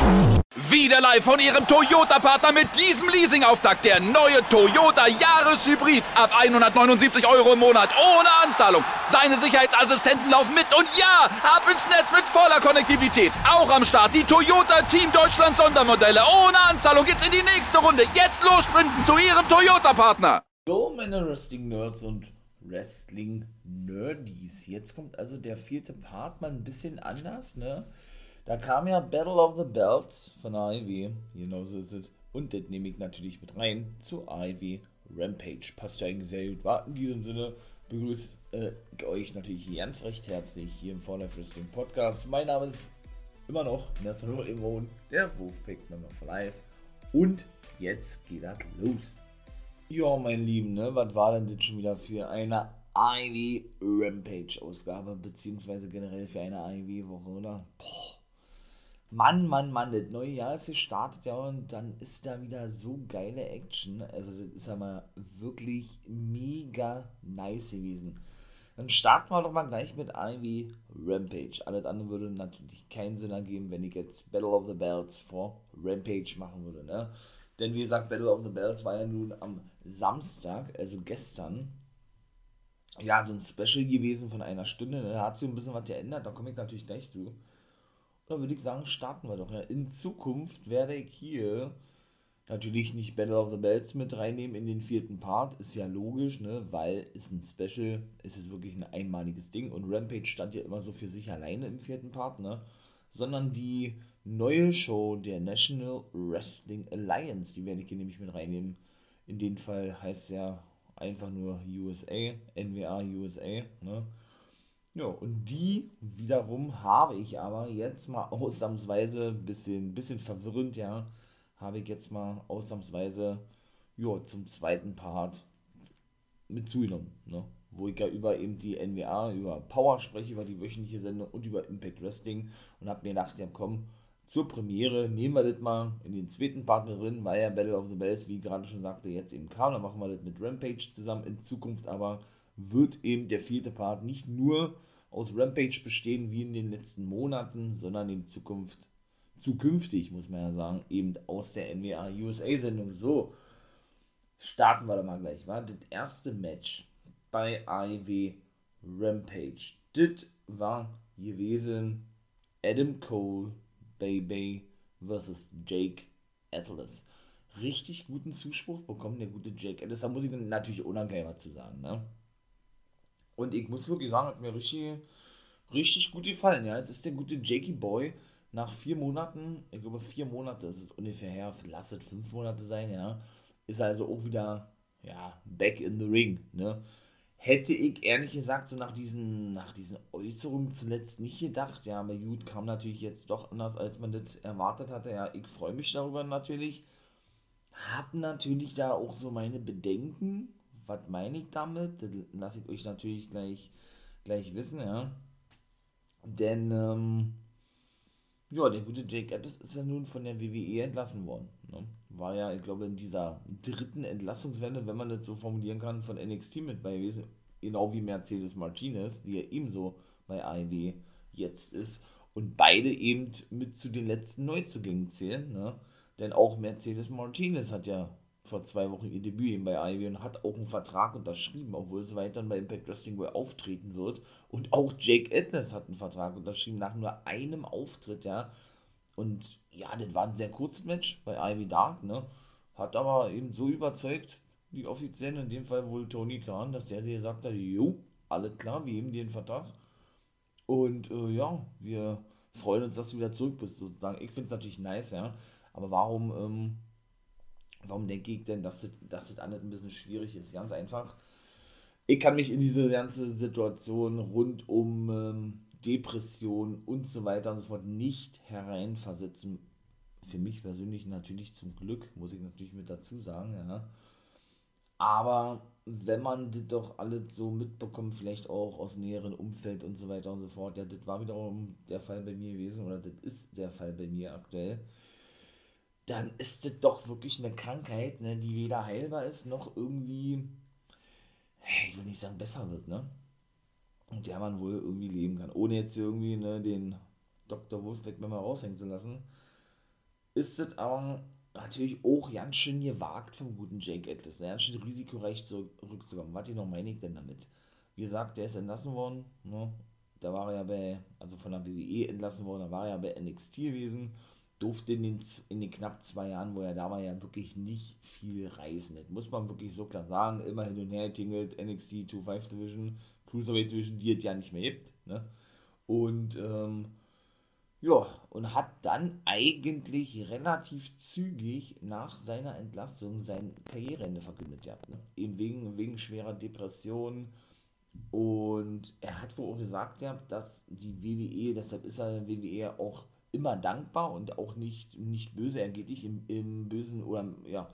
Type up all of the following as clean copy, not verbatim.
Wieder live von Ihrem Toyota-Partner mit diesem Leasing-Auftakt. Der neue Toyota Jahreshybrid. Ab 179 € im Monat. Ohne Anzahlung. Seine Sicherheitsassistenten laufen mit. Und ja, ab ins Netz mit voller Konnektivität. Auch am Start die Toyota Team Deutschland Sondermodelle. Ohne Anzahlung geht's in die nächste Runde. Jetzt los sprinten zu Ihrem Toyota-Partner. So, meine Wrestling-Nerds und Wrestling-Nerdies. Jetzt kommt also der 4. Part mal ein bisschen anders, ne? Da kam ja Battle of the Belts von AEW, genau so ist es. Und das nehme ich natürlich mit rein zu AEW Rampage. Passt ja eigentlich sehr gut. War in diesem Sinne begrüße ich euch natürlich ganz recht herzlich hier im For Life Wrestling Podcast. Mein Name ist immer noch Nathaniel Imon, der Wolfpack Member for Life. Und jetzt geht das los. Ja, mein Lieben, ne, was war denn das schon wieder für eine AEW Rampage Ausgabe, beziehungsweise generell für eine AEW Woche, oder? Boah. Mann, das neue Jahr ist gestartet, ja, und dann ist da wieder so geile Action. Also das ist ja mal wirklich mega nice gewesen. Dann starten wir doch mal gleich mit AEW Rampage. Alles andere würde natürlich keinen Sinn ergeben, wenn ich jetzt Battle of the Belts vor Rampage machen würde, ne? Denn wie gesagt, Battle of the Belts war ja nun am Samstag, also gestern, ja, so ein Special gewesen von einer Stunde. Da hat sich ein bisschen was geändert, da komme ich natürlich gleich zu. Da würde ich sagen, starten wir doch. Ja. In Zukunft werde ich hier natürlich nicht Battle of the Belts mit reinnehmen in den 4. Part. Ist ja logisch, ne? Weil es ein Special, es ist wirklich ein einmaliges Ding. Und Rampage stand ja immer so für sich alleine im 4. Part, ne? Sondern die neue Show der National Wrestling Alliance, die werde ich hier nämlich mit reinnehmen. In dem Fall heißt es ja einfach nur USA, NWA USA, ne? Ja, und die wiederum habe ich aber jetzt mal ausnahmsweise, bisschen verwirrend, ja, habe ich jetzt mal ausnahmsweise, ja, zum 2. Part mit zugenommen, ne? Wo ich ja über eben die NWA, über Power spreche, über die wöchentliche Sendung und über Impact Wrestling und habe mir gedacht, ja komm, zur Premiere nehmen wir das mal in den 2. Part mit drin, weil ja Battle of the Bells, wie ich gerade schon sagte, jetzt eben kam, dann machen wir das mit Rampage zusammen, in Zukunft aber wird eben der 4. Part nicht nur aus Rampage bestehen wie in den letzten Monaten, sondern in zukünftig, muss man ja sagen, eben aus der NWA USA Sendung. So, starten wir da mal gleich, war das erste Match bei AEW Rampage. Das war gewesen Adam Cole, Baby versus Jake Atlas. Richtig guten Zuspruch bekommen, der gute Jake Atlas. Da muss ich dann natürlich unangenehm was zu sagen, ne? Und ich muss wirklich sagen, hat mir richtig gut gefallen, ja. Jetzt ist der gute Jakey Boy nach 4 Monaten, ich glaube 4 Monate, das ist ungefähr her, lass es 5 Monate sein, ja, ist also auch wieder, ja, back in the ring, ne. Hätte ich ehrlich gesagt so nach diesen Äußerungen zuletzt nicht gedacht, ja, aber gut, kam natürlich jetzt doch anders, als man das erwartet hatte, ja, ich freue mich darüber natürlich, hab natürlich da auch so meine Bedenken, was meine ich damit, das lasse ich euch natürlich gleich wissen, ja, denn, ja, der gute Jake Atlas ist ja nun von der WWE entlassen worden, ne? War ja, ich glaube, in dieser 3. Entlassungswelle, wenn man das so formulieren kann, von NXT mit bei gewesen, genau wie Mercedes Martinez, die ja ebenso bei AEW jetzt ist und beide eben mit zu den letzten Neuzugängen zählen, ne? Denn auch Mercedes Martinez hat ja vor 2 Wochen ihr Debüt eben bei AEW und hat auch einen Vertrag unterschrieben, obwohl es weiterhin bei Impact Wrestling wohl auftreten wird. Und auch Jake Atlas hat einen Vertrag unterschrieben nach nur einem Auftritt, ja. Und ja, das war ein sehr kurzes Match bei AEW Dark, ne? Hat aber eben so überzeugt, die Offiziellen, in dem Fall wohl Tony Khan, dass der sich gesagt hat, jo, alles klar, wir heben dir den Vertrag. Und ja, wir freuen uns, dass du wieder zurück bist, sozusagen. Ich finde es natürlich nice, ja. Aber warum denke ich denn, dass das alles ein bisschen schwierig ist? Ganz einfach. Ich kann mich in diese ganze Situation rund um Depression und so weiter und so fort nicht hereinversetzen. Für mich persönlich natürlich zum Glück, muss ich natürlich mit dazu sagen, ja. Aber wenn man das doch alles so mitbekommt, vielleicht auch aus näheren Umfeld und so weiter und so fort, ja, das war wiederum der Fall bei mir gewesen, oder das ist der Fall bei mir aktuell, dann ist das doch wirklich eine Krankheit, ne, die weder heilbar ist, noch irgendwie, ich will nicht sagen besser wird, ne? Und der man wohl irgendwie leben kann, ohne jetzt hier irgendwie, ne, den Dr. Wolfpack mal raushängen zu lassen. ist es aber natürlich auch ganz schön gewagt vom guten Jake Atlas, ganz schön risikoreich zurückzukommen. Was noch meine ich denn damit? Wie gesagt, der ist entlassen worden, ne? Da war er ja also von der WWE entlassen worden, da war er ja bei NXT gewesen, durfte in den knapp 2 Jahren, wo er da war, ja wirklich nicht viel reisen. Das muss man wirklich so klar sagen, immer hin und her tingelt, NXT 2-5 Division, Cruiserweight Division, die es ja nicht mehr gibt, ne? Und, ja, und hat dann eigentlich relativ zügig nach seiner Entlassung sein Karriereende verkündet gehabt, ne? Eben wegen schwerer Depressionen. Und er hat wohl auch gesagt, ja, dass die WWE, deshalb ist er der WWE ja auch immer dankbar und auch nicht böse. Er geht nicht im bösen oder ja,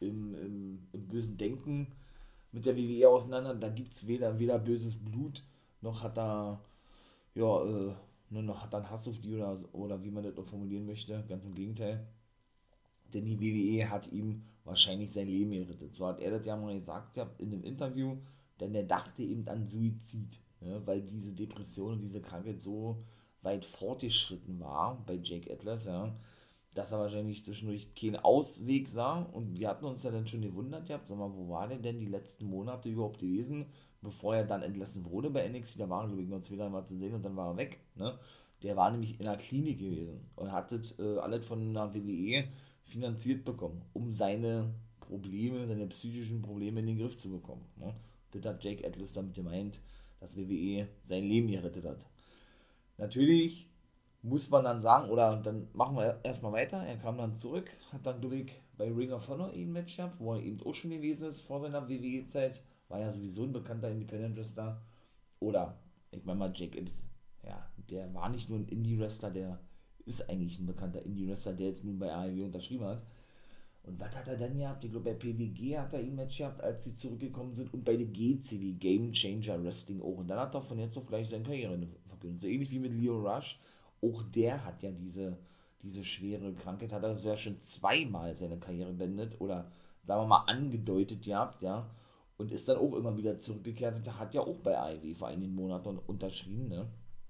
im bösen Denken mit der WWE auseinander. Da gibt es weder böses Blut, noch hat er ja, noch hat er einen Hass auf die oder wie man das noch formulieren möchte. Ganz im Gegenteil. Denn die WWE hat ihm wahrscheinlich sein Leben gerettet. So hat er das ja mal gesagt ja, in einem Interview, denn er dachte eben an Suizid, ne, weil diese Depression und diese Krankheit so weit fortgeschritten war bei Jake Atlas, ja, dass er wahrscheinlich zwischendurch keinen Ausweg sah. Und wir hatten uns ja dann schon gewundert, ja, sag mal, wo war der denn die letzten Monate überhaupt gewesen, bevor er dann entlassen wurde bei NXT? Da waren, glaube ich, noch 2 3 Mal zu sehen und dann war er weg. Ne? Der war nämlich in der Klinik gewesen und hat das alles von der WWE finanziert bekommen, um seine Probleme, seine psychischen Probleme in den Griff zu bekommen. Ne? Das hat Jake Atlas damit gemeint, dass WWE sein Leben gerettet hat. Natürlich muss man dann sagen, oder dann machen wir erstmal weiter. Er kam dann zurück, hat dann durch bei Ring of Honor ein Match gehabt, wo er eben auch schon gewesen ist vor seiner WWE-Zeit. War ja sowieso ein bekannter Independent Wrestler. Oder, ich meine mal, Jake ist, ja, der war nicht nur ein Indie-Wrestler, der ist eigentlich ein bekannter Indie-Wrestler, der jetzt nun bei AEW unterschrieben hat. Und was hat er dann gehabt? Ich glaube, bei PWG hat er ein Match gehabt, als sie zurückgekommen sind. Und bei der GCW, Game Changer Wrestling auch. Und dann hat er von jetzt auf gleich seine Karriere verkündet. So ähnlich wie mit Leo Rush. Auch der hat ja diese schwere Krankheit. Hat er sogar schon 2-mal seine Karriere beendet. Oder, sagen wir mal, angedeutet gehabt, ja. Und ist dann auch immer wieder zurückgekehrt. Hat ja auch bei AEW vor einigen Monaten unterschrieben, ne.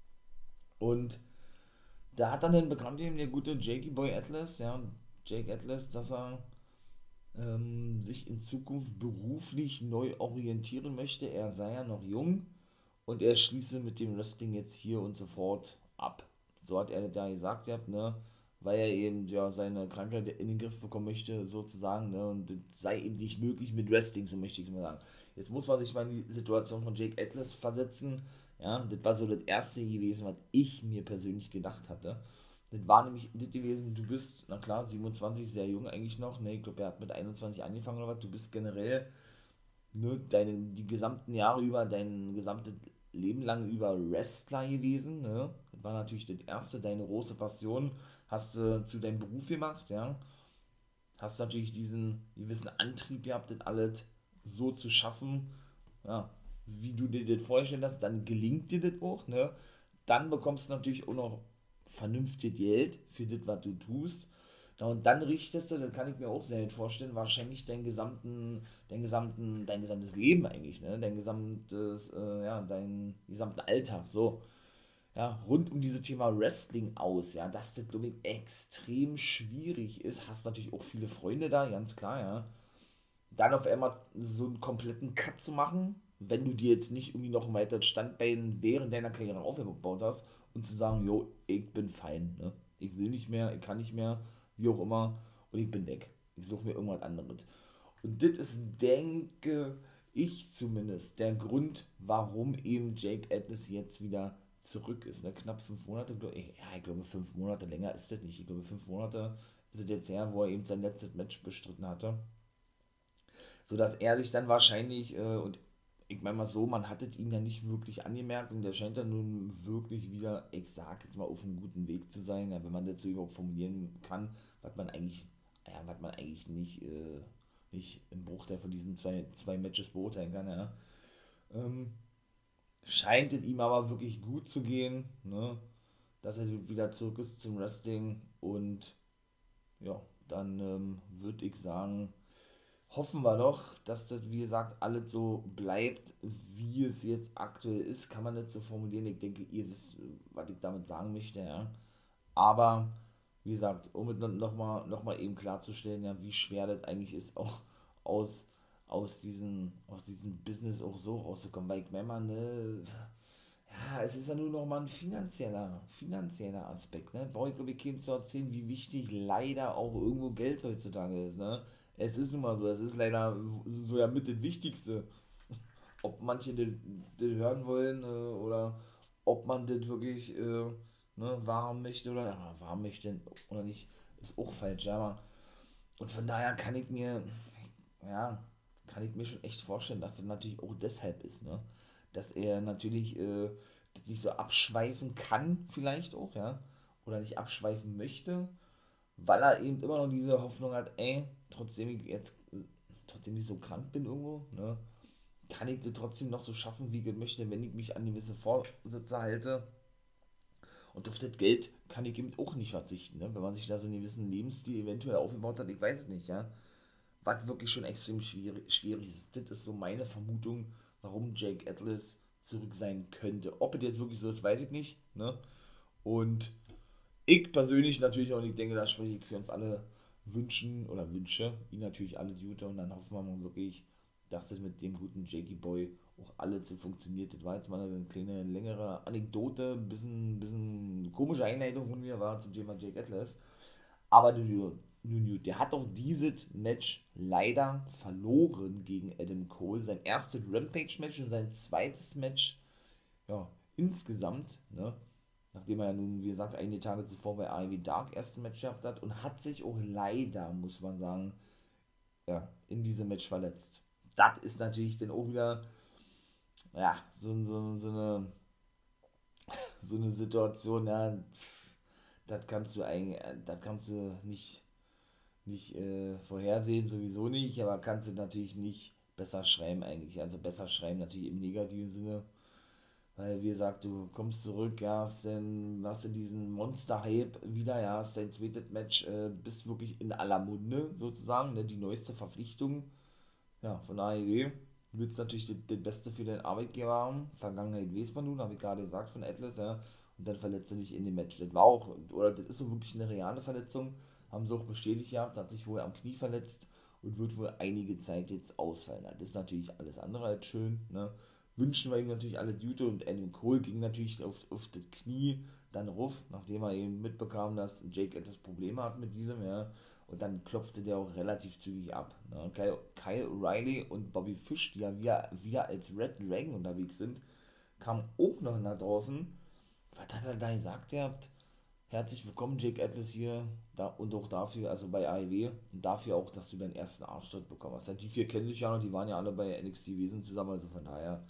Und da hat dann den bekannt eben der gute Jakey Boy Atlas, ja, Jake Atlas, dass er sich in Zukunft beruflich neu orientieren möchte. Er sei ja noch jung und er schließe mit dem Wrestling jetzt hier und sofort ab. So hat er das ja gesagt, ne? Weil er eben ja seine Krankheit in den Griff bekommen möchte, sozusagen, ne? Und das sei eben nicht möglich mit Wrestling, so möchte ich mal sagen. Jetzt muss man sich mal in die Situation von Jake Atlas versetzen. Ja, das war so das erste gewesen, was ich mir persönlich gedacht hatte. Das war nämlich das gewesen, du bist, na klar, 27, sehr jung eigentlich noch, ne, ich glaube, er hat mit 21 angefangen oder was, du bist generell, ne, die gesamten Jahre über, dein gesamtes Leben lang über Wrestler gewesen, ne, das war natürlich das erste, deine große Passion, hast du zu deinem Beruf gemacht, ja, hast natürlich diesen gewissen Antrieb gehabt, das alles so zu schaffen, ja, wie du dir das vorstellen hast, dann gelingt dir das auch, ne, dann bekommst du natürlich auch noch vernünftig Geld für das, was du tust. Ja, und dann richtest du, das kann ich mir auch sehr gut vorstellen, wahrscheinlich dein gesamtes Leben eigentlich, ne? Deinen gesamten Alltag, so, ja, rund um dieses Thema Wrestling aus, ja, dass das, glaube ich, extrem schwierig ist. Hast natürlich auch viele Freunde da, ganz klar, ja. Dann auf einmal so einen kompletten Cut zu machen, wenn du dir jetzt nicht irgendwie noch ein weiteres Standbein während deiner Karriere aufgebaut hast und zu sagen, jo, ich bin fein, ne? Ich will nicht mehr, ich kann nicht mehr, wie auch immer, und ich bin weg. Ich suche mir irgendwas anderes. Und das ist, denke ich zumindest, der Grund, warum eben Jake Atlas jetzt wieder zurück ist. Ne? Knapp 5 Monate, ich glaube 5 Monate länger ist das nicht. Ich glaube 5 Monate ist es jetzt her, wo er eben sein letztes Match bestritten hatte. Sodass er sich dann wahrscheinlich, und ich meine mal so, man hat es ihm ja nicht wirklich angemerkt und der scheint dann nun wirklich wieder, ich sag jetzt mal, auf einem guten Weg zu sein, ja, wenn man das so überhaupt formulieren kann, was man eigentlich nicht im Bruchteil von diesen zwei Matches beurteilen kann, ja. Scheint es ihm aber wirklich gut zu gehen, ne, dass er wieder zurück ist zum Wrestling und ja, dann würde ich sagen, hoffen wir doch, dass das, wie gesagt, alles so bleibt, wie es jetzt aktuell ist. Kann man nicht so formulieren. Ich denke, ihr wisst, was ich damit sagen möchte, ja. Aber wie gesagt, um es noch mal eben klarzustellen, ja, wie schwer das eigentlich ist, auch aus, aus diesem Business auch so rauszukommen, weil ich meine mal, ne, ja, es ist ja nur noch mal ein finanzieller Aspekt, ne? Brauche ich glaube ich keinem zu erzählen, wie wichtig leider auch irgendwo Geld heutzutage ist, ne? Es ist nun mal so, es ist leider so ja mit das Wichtigste. Ob manche das hören wollen oder ob man das wirklich wahren möchte oder ja, wahren möchte oder nicht, ist auch falsch, ja. Und von daher ja, kann ich mir schon echt vorstellen, dass das natürlich auch deshalb ist, ne? Dass er natürlich das nicht so abschweifen kann, vielleicht auch, ja, oder nicht abschweifen möchte, weil er eben immer noch diese Hoffnung hat, ey, trotzdem ich so krank bin irgendwo, ne, kann ich das trotzdem noch so schaffen, wie ich möchte, wenn ich mich an gewisse Vorsätze halte. Und auf das Geld kann ich eben auch nicht verzichten, ne? Wenn man sich da so einen gewissen Lebensstil eventuell aufgebaut hat, ich weiß es nicht, ja. Was wirklich schon extrem schwierig ist. Das ist so meine Vermutung, warum Jake Atlas zurück sein könnte. Ob es jetzt wirklich so ist, weiß ich nicht, ne? Und ich persönlich natürlich auch nicht denke, da spreche ich für uns alle wünsche ihn natürlich alle Gute und dann hoffen wir mal wirklich, dass das mit dem guten Jakey Boy auch alle so funktioniert. Das war jetzt mal eine kleine, längere Anekdote, ein bisschen komische Einleitung von mir war zum Thema Jake Atlas. Aber der hat auch dieses Match leider verloren gegen Adam Cole. Sein erstes Rampage-Match und sein zweites Match, ja, insgesamt, ne? Nachdem er ja nun, wie gesagt, einige Tage zuvor bei AEW Dark ersten Match gehabt hat und hat sich auch leider, muss man sagen, ja, in diesem Match verletzt. Das ist natürlich dann auch wieder, ja, so eine Situation, ja, das kannst du nicht vorhersehen, sowieso nicht, aber kannst du natürlich nicht besser schreiben eigentlich. Also besser schreiben natürlich im negativen Sinne, weil wie gesagt, du kommst zurück, ja, hast in diesen Monster-Hype wieder, ja, hast dein zweites Match, bist wirklich in aller Munde sozusagen, ne, die neueste Verpflichtung, ja, von AEW. Du willst natürlich das Beste für deinen Arbeitgeber haben. Vergangenheit weiß man nun, habe ich gerade gesagt von Atlas, ja. Und dann verletzt er dich in dem Match. Das war auch, oder das ist so wirklich eine reale Verletzung. Haben sie auch bestätigt gehabt, hat sich wohl am Knie verletzt und wird wohl einige Zeit jetzt ausfallen. Das ist natürlich alles andere als schön, ne. Wünschen wir ihm natürlich alle Gute und Adam Cole ging natürlich auf das Knie dann ruf, nachdem er eben mitbekam, dass Jake etwas Probleme hat mit diesem, ja. Und dann klopfte der auch relativ zügig ab. Ne? Kyle O'Reilly und Bobby Fish, die ja wieder als Red Dragon unterwegs sind, kamen auch noch nach draußen. Was hat er da gesagt? Ihr habt herzlich willkommen, Jake Atlas hier da, und auch dafür, also bei AEW, und dafür auch, dass du deinen ersten Arschtritt bekommen hast. Die vier kenne ich ja noch, die waren ja alle bei NXT Wesen zusammen, also von daher.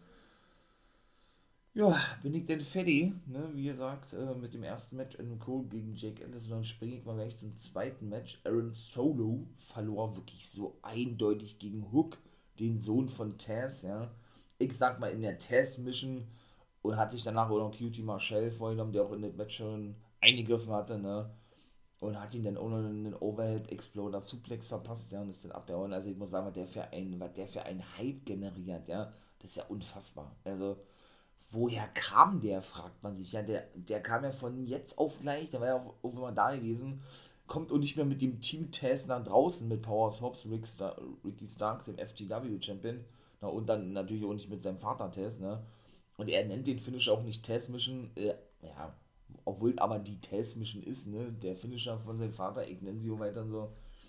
Ja, bin ich denn fertig, ne? Wie gesagt, mit dem ersten Match Adam Cole gegen Jake Atlas und dann springe ich mal gleich zum zweiten Match. Aaron Solo verlor wirklich so eindeutig gegen Hook, den Sohn von Taz, ja. Ich sag mal in der Taz-Mission und hat sich danach auch noch Cutie Marshall vorgenommen, der auch in das Match schon eingegriffen hatte, ne? Und hat ihn dann auch noch einen Overhead Exploder Suplex verpasst, ja, und ist dann abgehauen. Also ich muss sagen, was der für ein Hype generiert, ja, das ist ja unfassbar. Also woher kam der, fragt man sich. Ja, der kam ja von jetzt auf gleich, der war ja auch immer da gewesen, kommt und nicht mehr mit dem Team Taz nach draußen mit Powerhouse Hobbs, Ricky Starks, dem FTW-Champion, na, und dann natürlich auch nicht mit seinem Vater Taz, ne? Und er nennt den Finish auch nicht Taz Mission, ja, obwohl aber die Taz Mission ist, ne? Der Finisher von seinem Vater, ich nenne sie auch weiter so.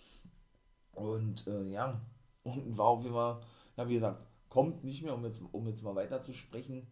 Und ja, und war auf jeden Fall, ja, wie gesagt, kommt nicht mehr, um jetzt mal weiter zu sprechen,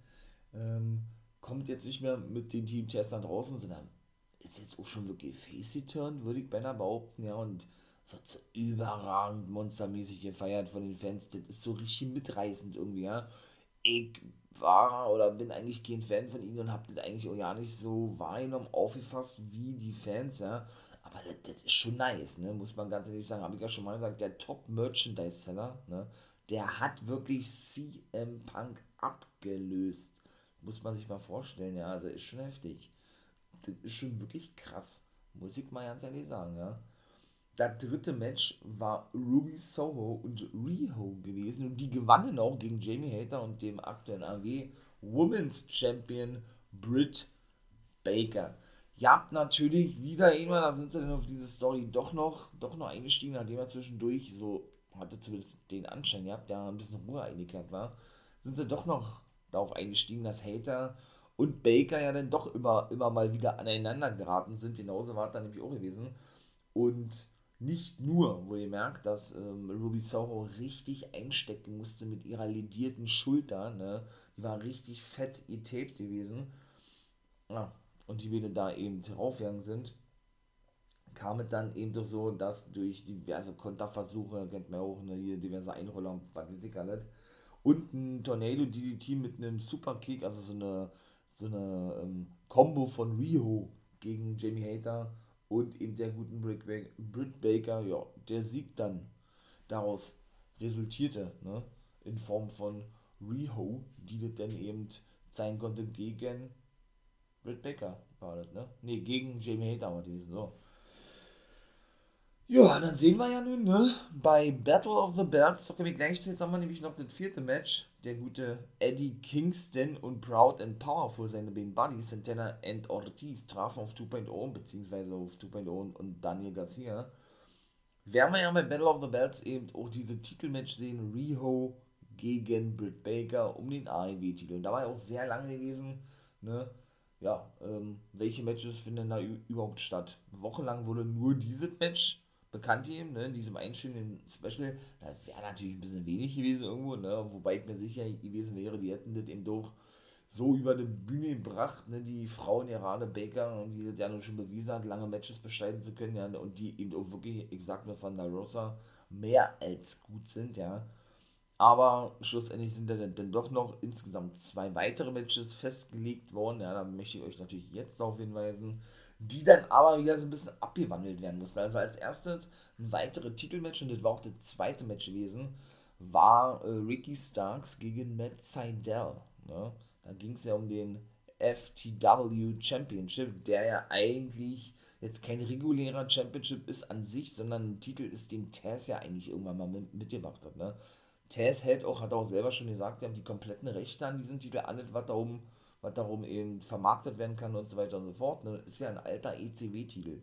kommt jetzt nicht mehr mit den Team-Testern draußen, sondern ist jetzt auch schon wirklich face-turned, würde ich beinahe behaupten, ja, und wird so überragend monstermäßig gefeiert von den Fans, das ist so richtig mitreißend irgendwie, ja. Ich war oder bin eigentlich kein Fan von ihnen und habe das eigentlich auch ja nicht so wahrgenommen, aufgefasst wie die Fans, ja. Aber das ist schon nice, ne, muss man ganz ehrlich sagen, habe ich ja schon mal gesagt, der Top-Merchandise-Seller, ne, der hat wirklich CM Punk abgelöst. Muss man sich mal vorstellen, ja, also ist schon heftig. Das ist schon wirklich krass. Muss ich mal ganz ehrlich sagen, ja. Das dritte Match war Ruby Soho und Riho gewesen und die gewannen auch gegen Jamie Hayter und dem aktuellen AW Women's Champion Britt Baker. Ja, natürlich wieder irgendwann, da sind sie dann auf diese Story doch noch eingestiegen, nachdem er zwischendurch so, hatte zumindest den Anschein gehabt, ja, ein bisschen Ruhe eingekehrt war, sind sie doch noch darauf eingestiegen, dass Hater und Baker ja dann doch immer mal wieder aneinander geraten sind. Genauso war es dann nämlich auch gewesen. Und nicht nur, wo ihr merkt, dass Ruby Soho richtig einstecken musste mit ihrer ledierten Schulter, ne? Die war richtig fett getaped gewesen. Ja, und die wir da eben draufgegangen sind, kam es dann eben doch so, dass durch diverse Konterversuche, kennt man auch, ne, hier diverse Einroller, was weiß ich alles, und ein Tornado DDT mit einem Superkick, also so eine Combo von Riho gegen Jamie Hayter und eben der guten Britt Baker, ja, der Sieg dann daraus resultierte, ne, in Form von Riho, die das dann eben zeigen konnte gegen Britt Baker, war das, ne? Ne, gegen Jamie Hayter war die so. Ja, dann sehen wir ja nun, ne, bei Battle of the Belts, da komme ich gleich zu, jetzt haben wir nämlich noch das vierte Match, der gute Eddie Kingston und Proud and Powerful, seine beiden Buddies, Santana und Ortiz, trafen auf 2.0, beziehungsweise auf 2.0 und Daniel Garcia. Werden wir ja bei Battle of the Belts eben auch diese Titelmatch sehen, Riho gegen Britt Baker um den AEW-Titel. Und da war ja auch sehr lange gewesen, ne, ja, welche Matches finden da überhaupt statt. Wochenlang wurde nur dieses Match bekannt eben, ne, in diesem einschönen Special. Das wäre natürlich ein bisschen wenig gewesen irgendwo, ne, wobei ich mir sicher gewesen wäre, die hätten das eben doch so über die Bühne gebracht, ne, die Frauen, gerade Baker, die das ja nun schon bewiesen hat, lange Matches bestreiten zu können, ja, und die eben auch wirklich, ich sag nur Thunder Rosa, mehr als gut sind, ja. Aber schlussendlich sind dann doch noch insgesamt 2 weitere Matches festgelegt worden. Ja, da möchte ich euch natürlich jetzt darauf hinweisen, die dann aber wieder so ein bisschen abgewandelt werden mussten. Also als erstes ein weiteres Titelmatch, und das war auch das zweite Match gewesen, war Ricky Starks gegen Matt Sydal. Ne? Da ging es ja um den FTW Championship, der ja eigentlich jetzt kein regulärer Championship ist an sich, sondern ein Titel ist, den Taz ja eigentlich irgendwann mal mitgemacht hat. Ne? Taz hat auch selber schon gesagt, die haben die kompletten Rechte an diesen Titel, alles, was darum eben vermarktet werden kann und so weiter und so fort. Ne? Ist ja ein alter ECW-Titel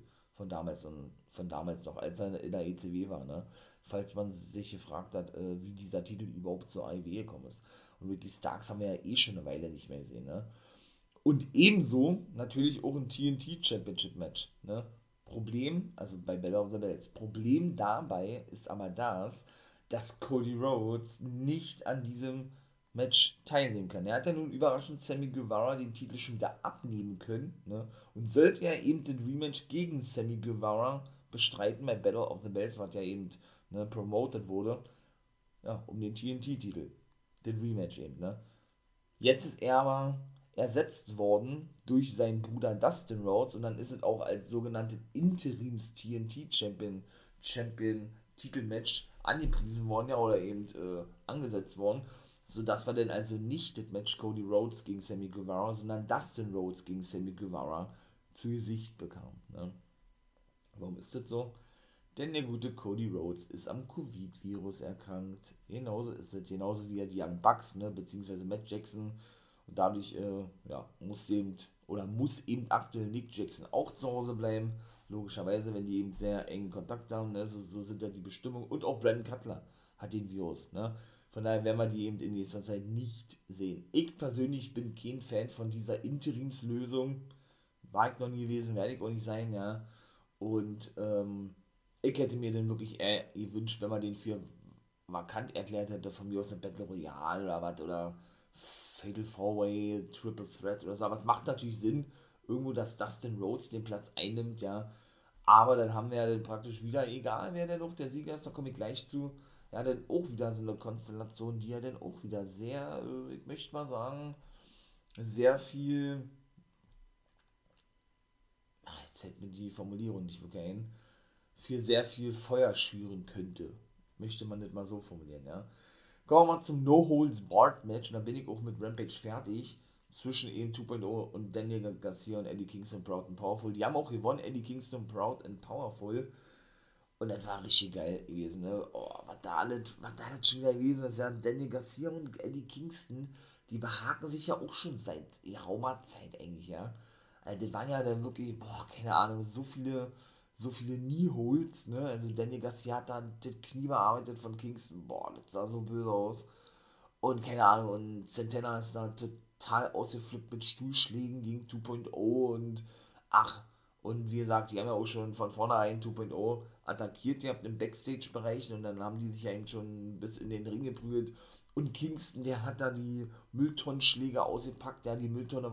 von damals noch, als er in der ECW war. Ne? Falls man sich gefragt hat, wie dieser Titel überhaupt zur AEW gekommen ist. Und Ricky Starks haben wir ja eh schon eine Weile nicht mehr gesehen. Ne? Und ebenso natürlich auch ein TNT Championship Match. Ne? Problem, also bei Battle of the Belts, Problem dabei ist aber das, dass Cody Rhodes nicht an diesem Match teilnehmen kann. Er hat ja nun überraschend Sammy Guevara den Titel schon wieder abnehmen können, ne? Und sollte er eben den Rematch gegen Sammy Guevara bestreiten bei Battle of the Belts, was ja eben, ne, promoted wurde, ja, um den TNT-Titel, den Rematch eben, ne? Jetzt ist er aber ersetzt worden durch seinen Bruder Dustin Rhodes, und dann ist es auch als sogenannte Interims-TNT-Champion Titelmatch angepriesen worden, ja, oder eben angesetzt worden, sodass wir dann also nicht das Match Cody Rhodes gegen Sammy Guevara, sondern Dustin Rhodes gegen Sammy Guevara zu Gesicht bekamen. Ne? Warum ist das so? Denn der gute Cody Rhodes ist am Covid-Virus erkrankt. Genauso ist es, genauso wie die Young Bucks, ne, beziehungsweise Matt Jackson. Und dadurch muss eben aktuell Nick Jackson auch zu Hause bleiben. Logischerweise, wenn die eben sehr engen Kontakt haben, ne, so sind ja die Bestimmungen. Und auch Brandon Cutler hat den Virus. Ne. Von daher werden wir die eben in nächster Zeit nicht sehen. Ich persönlich bin kein Fan von dieser Interimslösung. War ich noch nie gewesen, werde ich auch nicht sein, ja. Und ich hätte mir dann wirklich gewünscht, wenn man den für vakant erklärt hätte, von mir aus eine Battle Royale oder was, oder Fatal 4-Way, Triple Threat oder so. Aber es macht natürlich Sinn, irgendwo, dass Dustin Rhodes den Platz einnimmt, ja. Aber dann haben wir ja dann praktisch wieder, egal wer denn noch der Sieger ist, da komme ich gleich zu, ja, dann auch wieder so eine Konstellation, die ja dann auch wieder sehr, ich möchte mal sagen, sehr viel, jetzt fällt mir die Formulierung nicht wirklich ein, für sehr viel Feuer schüren könnte. Möchte man nicht mal so formulieren, ja. Kommen wir mal zum No-Holds-Barred-Match, und da bin ich auch mit Rampage fertig, zwischen eben 2.0 und Daniel Garcia und Eddie Kingston, Proud and Powerful. Die haben auch gewonnen, Eddie Kingston, Proud and Powerful. Und das war richtig geil gewesen, ne? Oh, was da alles schon wieder gewesen ist, ja. Daniel Garcia und Eddie Kingston, die behaken sich ja auch schon seit geraumer Zeit eigentlich, ja. Also das waren ja dann wirklich, keine Ahnung, so viele Knieholes, ne? Also Danny Garcia hat da das Knie bearbeitet von Kingston, das sah so böse aus. Und keine Ahnung, und Santana ist da total ausgeflippt mit Stuhlschlägen gegen 2.0 und ach, und wie gesagt, die haben ja auch schon von vornherein 2.0 attackiert, ihr habt im Backstage-Bereich und dann haben die sich ja eben schon bis in den Ring geprügelt. Und Kingston, der hat da die Mülltonnenschläge ausgepackt, ja, die Mülltonne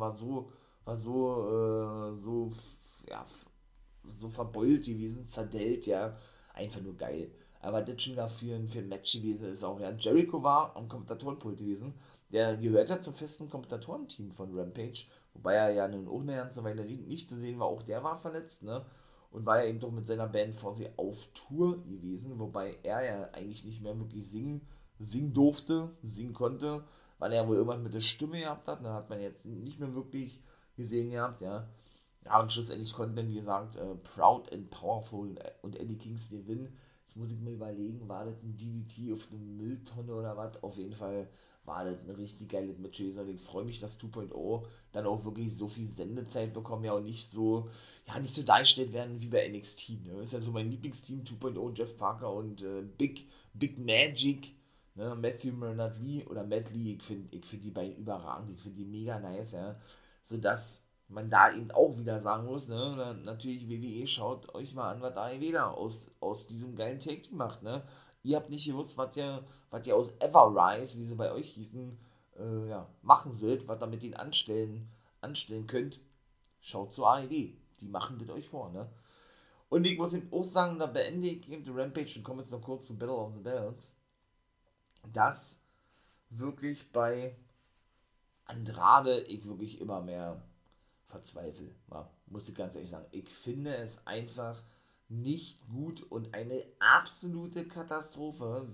ja, so verbeult gewesen, zerdellt, ja, einfach nur geil. Aber das schon da für ein Match gewesen ist auch, ja. Jericho war am Kommentatorenpult gewesen, der gehört ja zum festen Kommentatorenteam von Rampage, wobei er ja nun auch eine ganze Weile nicht zu sehen war, auch der war verletzt, ne, und war ja eben doch mit seiner Band vor sie auf Tour gewesen, wobei er ja eigentlich nicht mehr wirklich singen durfte, singen konnte, weil er wohl irgendwann mit der Stimme gehabt hat, da hat man jetzt nicht mehr wirklich gesehen gehabt, ja. Ja, und schlussendlich konnten dann, wie gesagt, Proud and Powerful und Eddie Kingston gewinnen. Jetzt muss ich mir überlegen, war das ein DDT auf eine Mülltonne oder was? Auf jeden Fall war das ein richtig geiles Match gewesen. Also ich freue mich, dass 2.0 dann auch wirklich so viel Sendezeit bekommen, ja, und nicht so dargestellt werden wie bei NXT. Ne? Das ist ja so mein Lieblingsteam, 2.0, Jeff Parker und Big Magic, ne? Matthew Bernard Lee oder Matt Lee. Ich find die beiden überragend, ich finde die mega nice, ja. Sodass man da eben auch wieder sagen muss, ne, natürlich WWE, schaut euch mal an, was AEW da aus diesem geilen Take-Team macht, ne. Ihr habt nicht gewusst, was ihr aus Everrise, wie sie bei euch hießen, ja, machen sollt, was ihr mit denen anstellen könnt. Schaut zu AEW, die machen das euch vor, ne. Und ich muss eben auch sagen, da beende ich eben die Rampage und komme jetzt noch kurz zu Battle of the Bells, dass wirklich bei Andrade ich wirklich immer mehr verzweifle, ja, muss ich ganz ehrlich sagen. Ich finde es einfach nicht gut und eine absolute Katastrophe,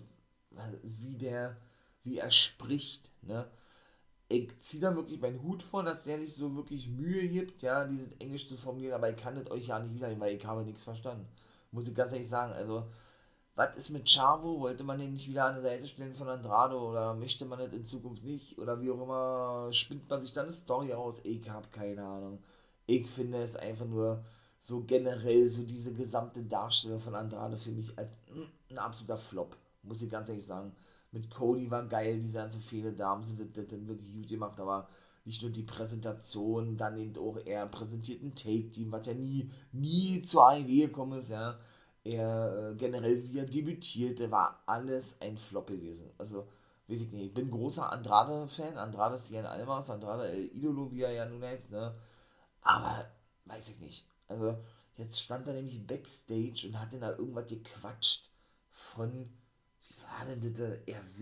wie er spricht, ne? Ich ziehe da wirklich meinen Hut vor, dass der sich so wirklich Mühe gibt, ja, dieses Englisch zu formulieren, aber ich kann das euch ja nicht wiedergeben, weil ich habe nichts verstanden. Muss ich ganz ehrlich sagen. Also, was ist mit Chavo? Wollte man den nicht wieder an der Seite stellen von Andrade oder möchte man das in Zukunft nicht? Oder wie auch immer, spinnt man sich dann eine Story aus? Ich habe keine Ahnung. Ich finde es einfach nur so generell, so diese gesamte Darstellung von Andrade für mich als ein absoluter Flop. Muss ich ganz ehrlich sagen. Mit Cody war geil, diese ganze Fehde, da haben sie das dann wirklich gut gemacht, aber nicht nur die Präsentation, dann eben auch er präsentiert ein Take-Team, was ja nie zur AEW gekommen ist, ja. Er generell, wie er debütierte, war alles ein Flop gewesen. Also, weiß ich nicht, ich bin großer Andrade-Fan, Andrade Cien Almas, Andrade El Idolo, wie er ja nun heißt, ne? Aber, weiß ich nicht. Also, jetzt stand er nämlich Backstage und hat dann da irgendwas gequatscht von, wie war denn das?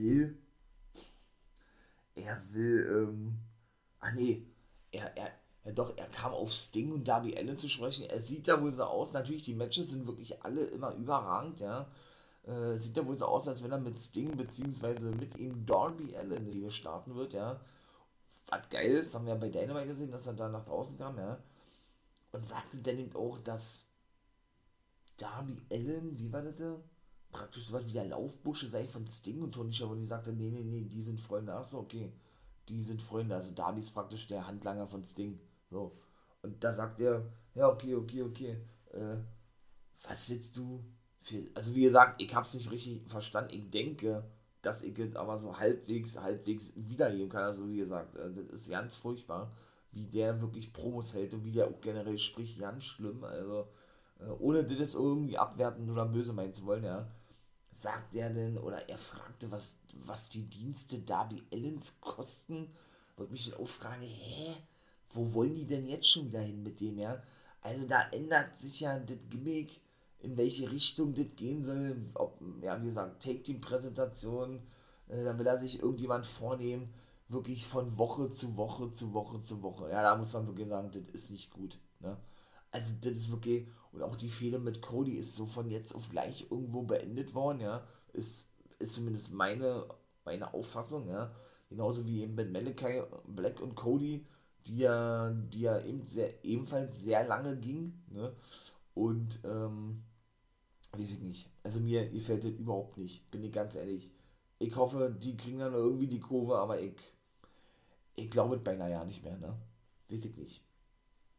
Nee, er kam auf Sting und Darby Allin zu sprechen. Er sieht da wohl so aus. Natürlich, die Matches sind wirklich alle immer überragend, ja. Sieht da wohl so aus, als wenn er mit Sting beziehungsweise mit ihm Darby Allin hier starten wird, ja. Was geil ist, haben wir ja bei Dynamite gesehen, dass er da nach draußen kam, ja. Und sagte dann eben auch, dass Darby Allin, wie war das da? Praktisch so was wie der Laufbusche sei von Sting und Tony Schiavone sagte, nee, die sind Freunde. Achso, okay. Die sind Freunde. Also Darby ist praktisch der Handlanger von Sting. So. Und da sagt er, ja, okay. Äh, was willst du für. Also wie gesagt, ich hab's nicht richtig verstanden. Ich denke, dass ich es aber so halbwegs wiedergeben kann. Also wie gesagt, das ist ganz furchtbar, wie der wirklich Promos hält und wie der auch generell spricht. Ganz schlimm. Also ohne das irgendwie abwerten oder böse meinen zu wollen, ja. Sagt er denn, oder er fragte, was die Dienste Darby Allins kosten, wollte mich dann auch fragen, wo wollen die denn jetzt schon wieder hin mit dem, ja? Also da ändert sich ja das Gimmick, in welche Richtung das gehen soll, ob, ja, wie gesagt, Take-Team-Präsentation, dann will er sich irgendjemand vornehmen, wirklich von Woche zu Woche zu Woche zu Woche. Ja, da muss man wirklich sagen, das ist nicht gut, ne? Also das ist wirklich, und auch die Fehde mit Cody ist so von jetzt auf gleich irgendwo beendet worden, ja, ist zumindest meine Auffassung, ja, genauso wie eben mit Malachi Black und Cody, die ja ebenfalls sehr lange ging, ne, und, weiß ich nicht, also mir gefällt das überhaupt nicht, bin ich ganz ehrlich. Ich hoffe, die kriegen dann irgendwie die Kurve, aber ich glaube es beinahe ja nicht mehr, ne, weiß ich nicht.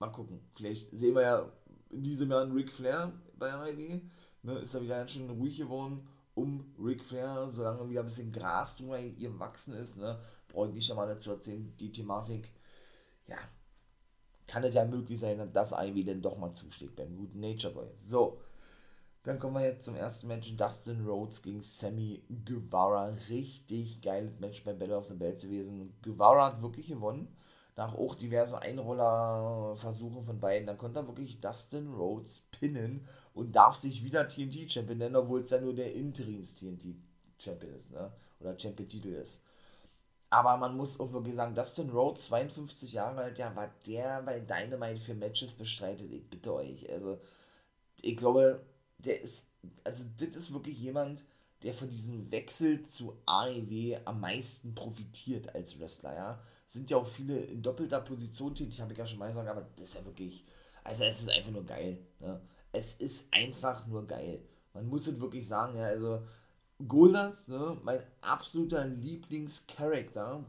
mal gucken. Vielleicht sehen wir ja in diesem Jahr einen Ric Flair bei AEW. Ne, ist ja wieder ganz schön ruhig geworden um Ric Flair, solange wieder ein bisschen Gras drüber ihr wachsen ist. Ne, brauche ich nicht einmal dazu erzählen, die Thematik. Ja, kann es ja möglich sein, dass AEW denn doch mal zuschlägt beim guten Nature Boy. So, dann kommen wir jetzt zum ersten Match. Dustin Rhodes gegen Sammy Guevara. Richtig geiles Match bei Battle of the Belts gewesen. Guevara hat wirklich gewonnen. Nach auch diversen Einroller-Versuchen von beiden. Dann konnte er wirklich Dustin Rhodes pinnen und darf sich wieder TNT-Champion nennen, obwohl es ja nur der Interims-TNT-Champion ist, ne? Oder Champion-Titel ist. Aber man muss auch wirklich sagen, Dustin Rhodes, 52 Jahre alt, ja, was der bei Dynamite für Matches bestreitet, ich bitte euch. Also, ich glaube, der ist, also das ist wirklich jemand, der von diesem Wechsel zu AEW am meisten profitiert als Wrestler, ja. Sind ja auch viele in doppelter Position tätig, habe ich ja schon mal gesagt, aber das ist ja wirklich, also es ist einfach nur geil, ne. Es ist einfach nur geil. Man muss es wirklich sagen, ja, also Goldust, ne, mein absoluter Lieblingscharakter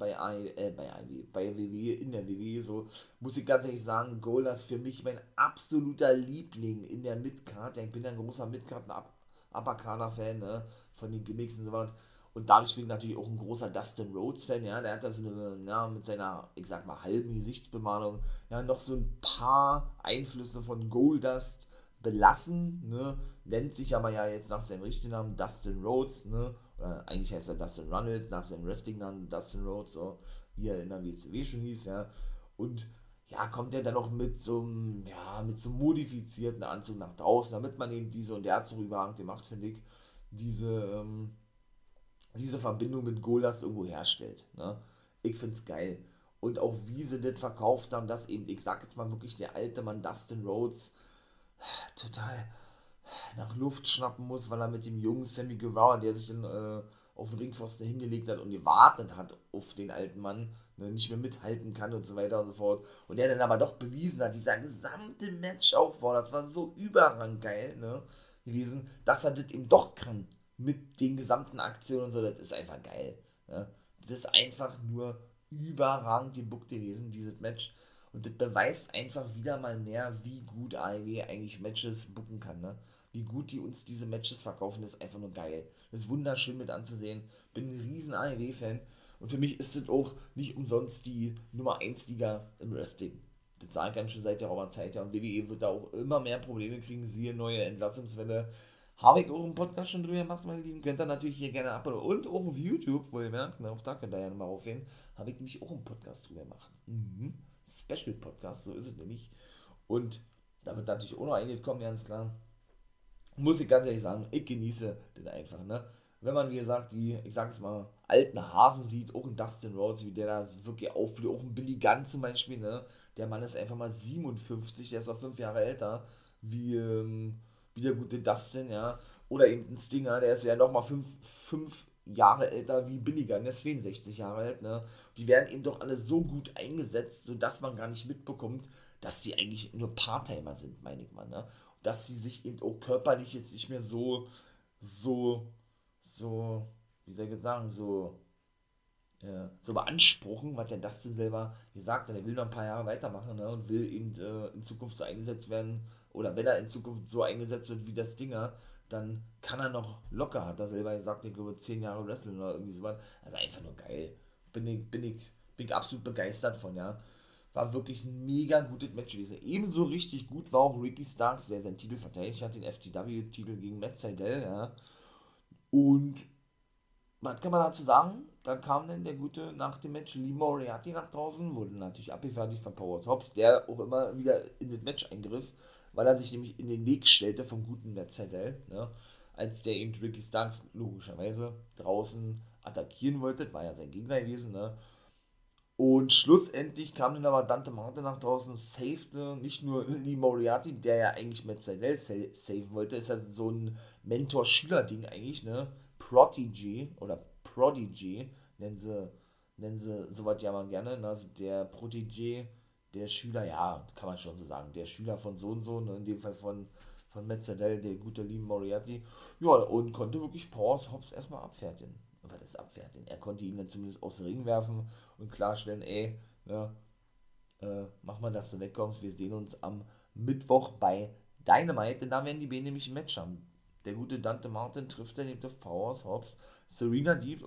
bei WWE, in der WWE, so muss ich ganz ehrlich sagen, Goldust für mich mein absoluter Liebling in der Midcard. Ich bin ja ein großer Midcard- und Uppercarder-Fan, ne, von den Gimmicks und so was. Und dadurch bin ich natürlich auch ein großer Dustin Rhodes-Fan, ja, der hat da so eine, ja, mit seiner, ich sag mal, halben Gesichtsbemalung, ja, noch so ein paar Einflüsse von Goldust belassen, ne, nennt sich aber ja jetzt nach seinem richtigen Namen Dustin Rhodes, ne, oder eigentlich heißt er Dustin Runnels, nach seinem Wrestling-Namen Dustin Rhodes, so, wie er in der WCW schon hieß, ja, und ja, kommt er dann noch mit so einem, ja, mit so einem modifizierten Anzug nach draußen, damit man eben diese, und der hat es so überragend gemacht, finde ich, diese, diese Verbindung mit Goldust irgendwo herstellt, ne, ich find's geil. Und auch wie sie das verkauft haben, dass eben, ich sag jetzt mal wirklich, der alte Mann Dustin Rhodes total nach Luft schnappen muss, weil er mit dem jungen Sammy Guevara, der sich dann auf den Ringpfosten hingelegt hat und gewartet hat auf den alten Mann, ne, nicht mehr mithalten kann und so weiter und so fort. Und der dann aber doch bewiesen hat, dieser gesamte Matchaufbau, das war so überragend geil, ne, gewesen, dass er das eben doch kann mit den gesamten Aktionen und so, das ist einfach geil. Ne. Das ist einfach nur überragend gebuckt gewesen, dieses Match. Und das beweist einfach wieder mal mehr, wie gut AEW eigentlich Matches booken kann, ne? Wie gut die uns diese Matches verkaufen, das ist einfach nur geil. Das ist wunderschön mit anzusehen. Bin ein riesen AEW-Fan. Und für mich ist es auch nicht umsonst die Nummer 1 Liga im Wrestling. Das sage ich ganz schön seit der Raumerzeit. Ja. Und WWE wird da auch immer mehr Probleme kriegen. Siehe neue Entlassungswelle. Habe ich auch im Podcast schon drüber gemacht, meine Lieben. Könnt ihr natürlich hier gerne abonnieren. Und auch auf YouTube, wo ihr merkt, ne, auch da könnt ihr ja nochmal aufhören. Habe ich nämlich auch einen Podcast drüber gemacht. Mhm. Special Podcast, so ist es nämlich. Und da wird natürlich auch noch eingekommen, ganz klar. Muss ich ganz ehrlich sagen, ich genieße den einfach, ne? Wenn man, wie gesagt, die, ich sag's mal, alten Hasen sieht, auch ein Dustin Rhodes, wie der da wirklich aufblüht, auch ein Billy Gunn zum Beispiel, ne? Der Mann ist einfach mal 57, der ist auch 5 Jahre älter, wie der gute Dustin, ja. Oder eben ein Stinger, der ist ja nochmal 5 Jahre älter wie Billy Gunn, der ist 62 Jahre alt, ne? Die werden eben doch alle so gut eingesetzt, sodass man gar nicht mitbekommt, dass sie eigentlich nur Part-Timer sind, meine ich mal, ne? Dass sie sich eben auch körperlich jetzt nicht mehr so, wie soll ich jetzt sagen, so beanspruchen, was der Dustin selber gesagt hat. Er will noch ein paar Jahre weitermachen, ne, und will eben in Zukunft so eingesetzt werden, oder wenn er in Zukunft so eingesetzt wird wie das Dinger, dann kann er noch locker, hat er selber gesagt, ich glaube 10 Jahre Wrestling oder irgendwie sowas. Also einfach nur geil. Bin ich absolut begeistert von, ja. War wirklich ein mega gutes Match gewesen. Ebenso richtig gut war auch Ricky Starks, der seinen Titel verteidigt hat, den FTW-Titel gegen Matt Sydal, ja. Und was kann man dazu sagen? Dann kam dann der gute nach dem Match Lee Moriarty nach draußen, wurde natürlich abgefertigt von Power Hobbs, der auch immer wieder in das Match eingriff, weil er sich nämlich in den Weg stellte vom guten Matt Sydal, ne? Als der eben Ricky Starks logischerweise draußen attackieren wollte, das war ja sein Gegner gewesen, ne? Und schlussendlich kam dann aber Dante Martin nach draußen, safete nicht nur Lee Moriarty, der ja eigentlich Matt Sydal saven wollte, ist ja so ein Mentor-Schüler-Ding eigentlich, ne? Prodigy oder Prodigy nennen sie sowas ja mal gerne, ne? Also der Protégé, der Schüler, ja, kann man schon so sagen, der Schüler von so und so, ne? In dem Fall von Matt Sydal, der gute Lee Moriarty, ja, und konnte wirklich Power Hobbs erstmal abfertigen. Was ist abfertigen? Er konnte ihn dann zumindest aus dem Ring werfen und klarstellen, ey, ne, mach mal, dass du wegkommst. Wir sehen uns am Mittwoch bei Dynamite, denn da werden die Beine nämlich ein Match haben. Der gute Dante Martin trifft dann eben auf Powerhouse Hobbs, Serena Deeb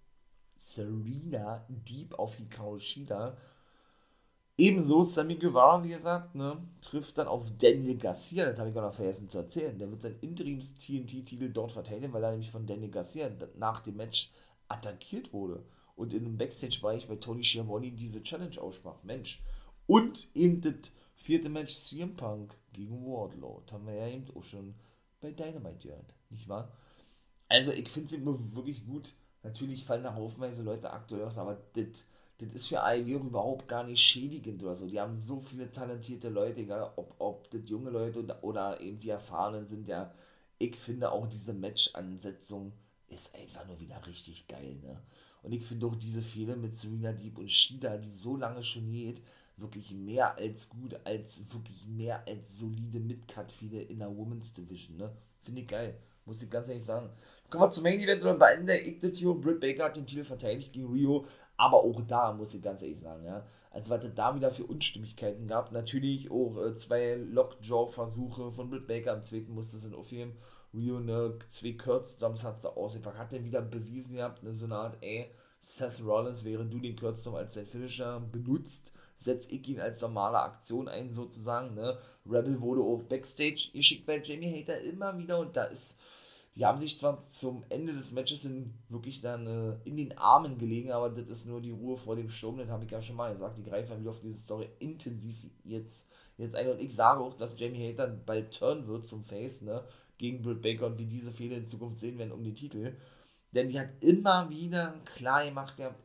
auf Hikaru Shida. Ebenso Sammy Guevara, wie gesagt, ne, trifft dann auf Daniel Garcia, das habe ich auch noch vergessen zu erzählen. Der wird seinen Interims-TNT-Titel dort verteidigen, weil er nämlich von Daniel Garcia nach dem Match attackiert wurde und in einem Backstage-Bereich bei Tony Schiavone diese Challenge aussprach. Mensch. Und eben das 4. Match CM Punk gegen Wardlow. Das haben wir ja eben auch schon bei Dynamite gehört, nicht wahr? Also ich finde es immer wirklich gut. Natürlich fallen da haufenweise Leute aktuell aus, aber das ist für AEW überhaupt gar nicht schädigend oder so. Die haben so viele talentierte Leute, egal ob das junge Leute oder eben die Erfahrenen sind, ja. Ich finde auch diese Match-Ansetzung ist einfach nur wieder richtig geil, ne? Und ich finde auch diese Fehler mit Serena Deeb und Shida, die so lange schon geht, wirklich mehr als gut, wirklich mehr als solide Mid-Cut-Fehler in der Women's Division, ne? Finde ich geil, muss ich ganz ehrlich sagen. Kommen wir zum Main Event und beenden der Ignatio. Britt Baker hat den Titel verteidigt gegen Rio, aber auch da muss ich ganz ehrlich sagen, ja, also was es da wieder für Unstimmigkeiten gab, natürlich auch 2 Lockjaw-Versuche von Britt Baker, am zweiten musste es dann aufheben. Rio, ne, 2 Kurzstomps hat sie ausgepackt, hat dann wieder bewiesen gehabt, ne, so eine Art, Seth Rollins, während du den Kurzstomp als dein Finisher benutzt, setze ich ihn als normale Aktion ein, sozusagen, ne. Rebel wurde auch Backstage geschickt bei Jamie Hayter immer wieder und die haben sich zwar zum Ende des Matches wirklich dann in den Armen gelegen, aber das ist nur die Ruhe vor dem Sturm, das habe ich ja schon mal gesagt, die greifen dann wieder auf diese Story intensiv jetzt ein und ich sage auch, dass Jamie Hayter bald turn wird zum Face, ne, gegen Britt Baker und wie diese Fehler in Zukunft sehen werden um den Titel, denn die hat immer wieder klar gemacht, ja,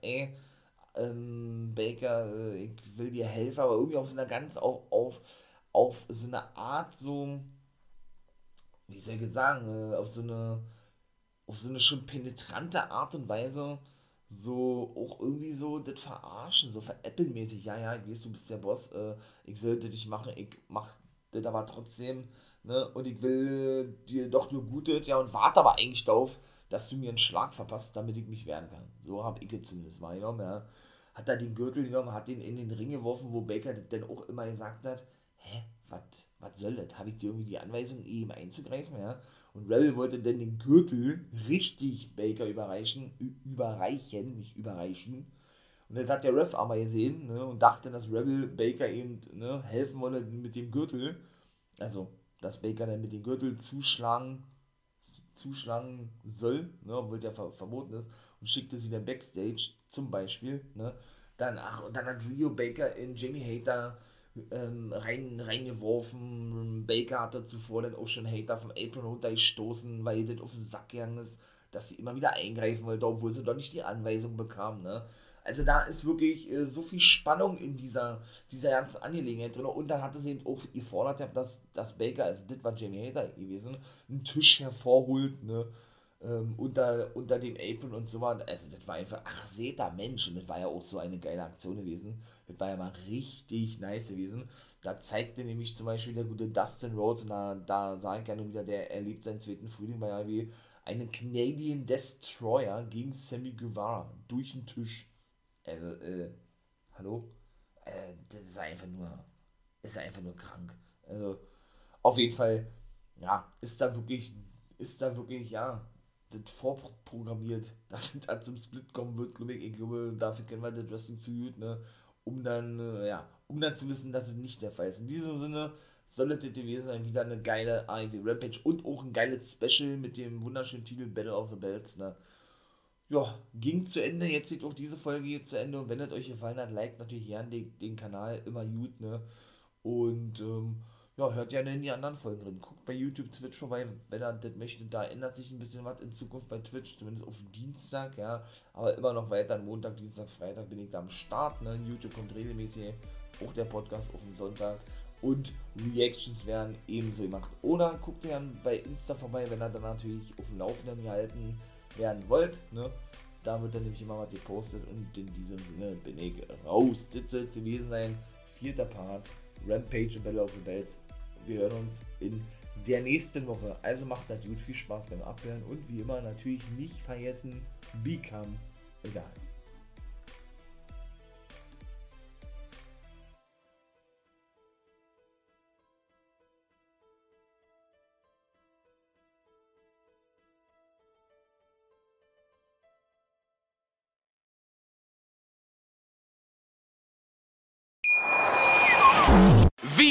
Baker, ich will dir helfen, aber irgendwie auf so einer ganz, auf so eine Art so, wie soll ich sagen, auf so eine schon penetrante Art und Weise, so auch irgendwie so das Verarschen, so veräppelmäßig, ja, ich weiß, du bist der Boss, ich sollte dich machen, ich mach das aber trotzdem, ne, und ich will dir doch nur Gutes, ja, und warte aber eigentlich darauf, dass du mir einen Schlag verpasst, damit ich mich wehren kann. So habe ich es zumindest wahrgenommen, ja. Hat da den Gürtel genommen, hat den in den Ring geworfen, wo Baker das dann auch immer gesagt hat, was soll das? Habe ich dir irgendwie die Anweisung, ihm einzugreifen, ja? Und Rebel wollte dann den Gürtel richtig Baker nicht überreichen. Und das hat der Ref aber gesehen, ne, und dachte, dass Rebel Baker eben, ne, helfen wolle mit dem Gürtel. Also, dass Baker dann mit dem Gürtel zuschlagen soll, ne, obwohl der verboten ist, und schickte sie dann Backstage, zum Beispiel, ne. Und dann hat Rio Baker in Jamie Hayter reingeworfen. Baker hatte zuvor dann auch schon Hater vom Apron runtergestoßen, weil das auf den Sack gegangen ist, dass sie immer wieder eingreifen wollte, obwohl sie doch nicht die Anweisung bekam, ne? Also da ist wirklich so viel Spannung in dieser ganzen Angelegenheit drin. Und dann hatte sie eben auch gefordert, dass Baker, also das war Jamie Hayter gewesen, einen Tisch hervorholt, ne? Unter dem Apron und so weiter. Also das war einfach, ach seht da Mensch, und das war ja auch so eine geile Aktion gewesen. Das war ja mal richtig nice gewesen. Da zeigte nämlich zum Beispiel der gute Dustin Rhodes, und da sah ich gerne wieder, der erlebt seinen zweiten Frühling bei AEW, einen Canadian Destroyer gegen Sammy Guevara durch den Tisch. Also, hallo? Das ist einfach nur krank. Also, auf jeden Fall, ja, ist da wirklich, ja, das vorprogrammiert, dass es da zum Split kommen wird, glaube ich. Ich glaube, dafür kennen wir das Wrestling zu gut, ne? Um dann zu wissen, dass es nicht der Fall ist. In diesem Sinne soll es gewesen sein, wieder eine geile AEW Rampage und auch ein geiles Special mit dem wunderschönen Titel Battle of the Belts, ne? Ja, ging zu Ende, jetzt geht auch diese Folge hier zu Ende, und wenn es euch gefallen hat, liked natürlich gerne den Kanal, immer gut, ne? Und ja, hört gerne in die anderen Folgen drin. Guckt bei YouTube, Twitch vorbei, wenn ihr das möchtet. Da ändert sich ein bisschen was in Zukunft bei Twitch, zumindest auf Dienstag, ja. Aber immer noch weiter, Montag, Dienstag, Freitag bin ich da am Start, ne? YouTube kommt regelmäßig, auch der Podcast auf den Sonntag. Und Reactions werden ebenso gemacht. Oder guckt ihr dann bei Insta vorbei, wenn ihr dann natürlich auf dem Laufenden gehalten werden wollt, ne? Da wird dann nämlich immer was gepostet, und in diesem Sinne bin ich raus. Das soll es gewesen sein. 4. Part, Rampage und Battle of the Belts. Wir hören uns in der nächsten Woche. Also macht das gut, viel Spaß beim Abhören, und wie immer natürlich nicht vergessen, become a guy.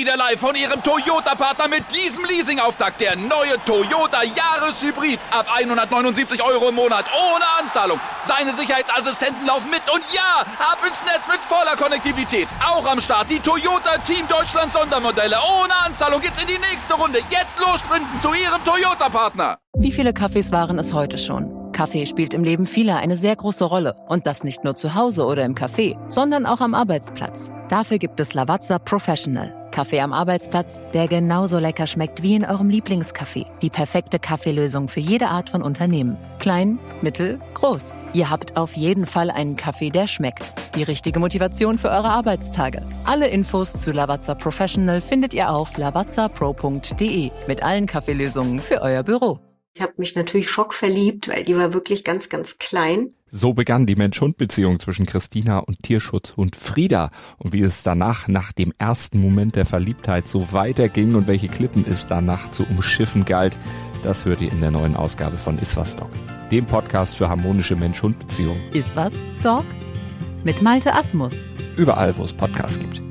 wieder live von Ihrem Toyota-Partner mit diesem Leasing-Auftakt. Der neue Toyota Jahreshybrid. Ab 179 € im Monat. Ohne Anzahlung. Seine Sicherheitsassistenten laufen mit. Und ja, ab ins Netz mit voller Konnektivität. Auch am Start die Toyota Team Deutschland Sondermodelle. Ohne Anzahlung geht's in die nächste Runde. Jetzt los sprinten zu Ihrem Toyota-Partner. Wie viele Kaffees waren es heute schon? Kaffee spielt im Leben vieler eine sehr große Rolle. Und das nicht nur zu Hause oder im Café, sondern auch am Arbeitsplatz. Dafür gibt es Lavazza Professional. Kaffee am Arbeitsplatz, der genauso lecker schmeckt wie in eurem Lieblingscafé. Die perfekte Kaffeelösung für jede Art von Unternehmen. Klein, mittel, groß. Ihr habt auf jeden Fall einen Kaffee, der schmeckt. Die richtige Motivation für eure Arbeitstage. Alle Infos zu Lavazza Professional findet ihr auf lavazzapro.de mit allen Kaffeelösungen für euer Büro. Ich habe mich natürlich schockverliebt, weil die war wirklich ganz, ganz klein. So begann die Mensch-Hund-Beziehung zwischen Christina und Tierschutzhund Frieda. Und wie es danach, nach dem ersten Moment der Verliebtheit, so weiterging und welche Klippen es danach zu umschiffen galt, das hört ihr in der neuen Ausgabe von Iswas Dog, dem Podcast für harmonische Mensch-Hund-Beziehungen. Iswas Dog? Mit Malte Asmus. Überall, wo es Podcasts gibt.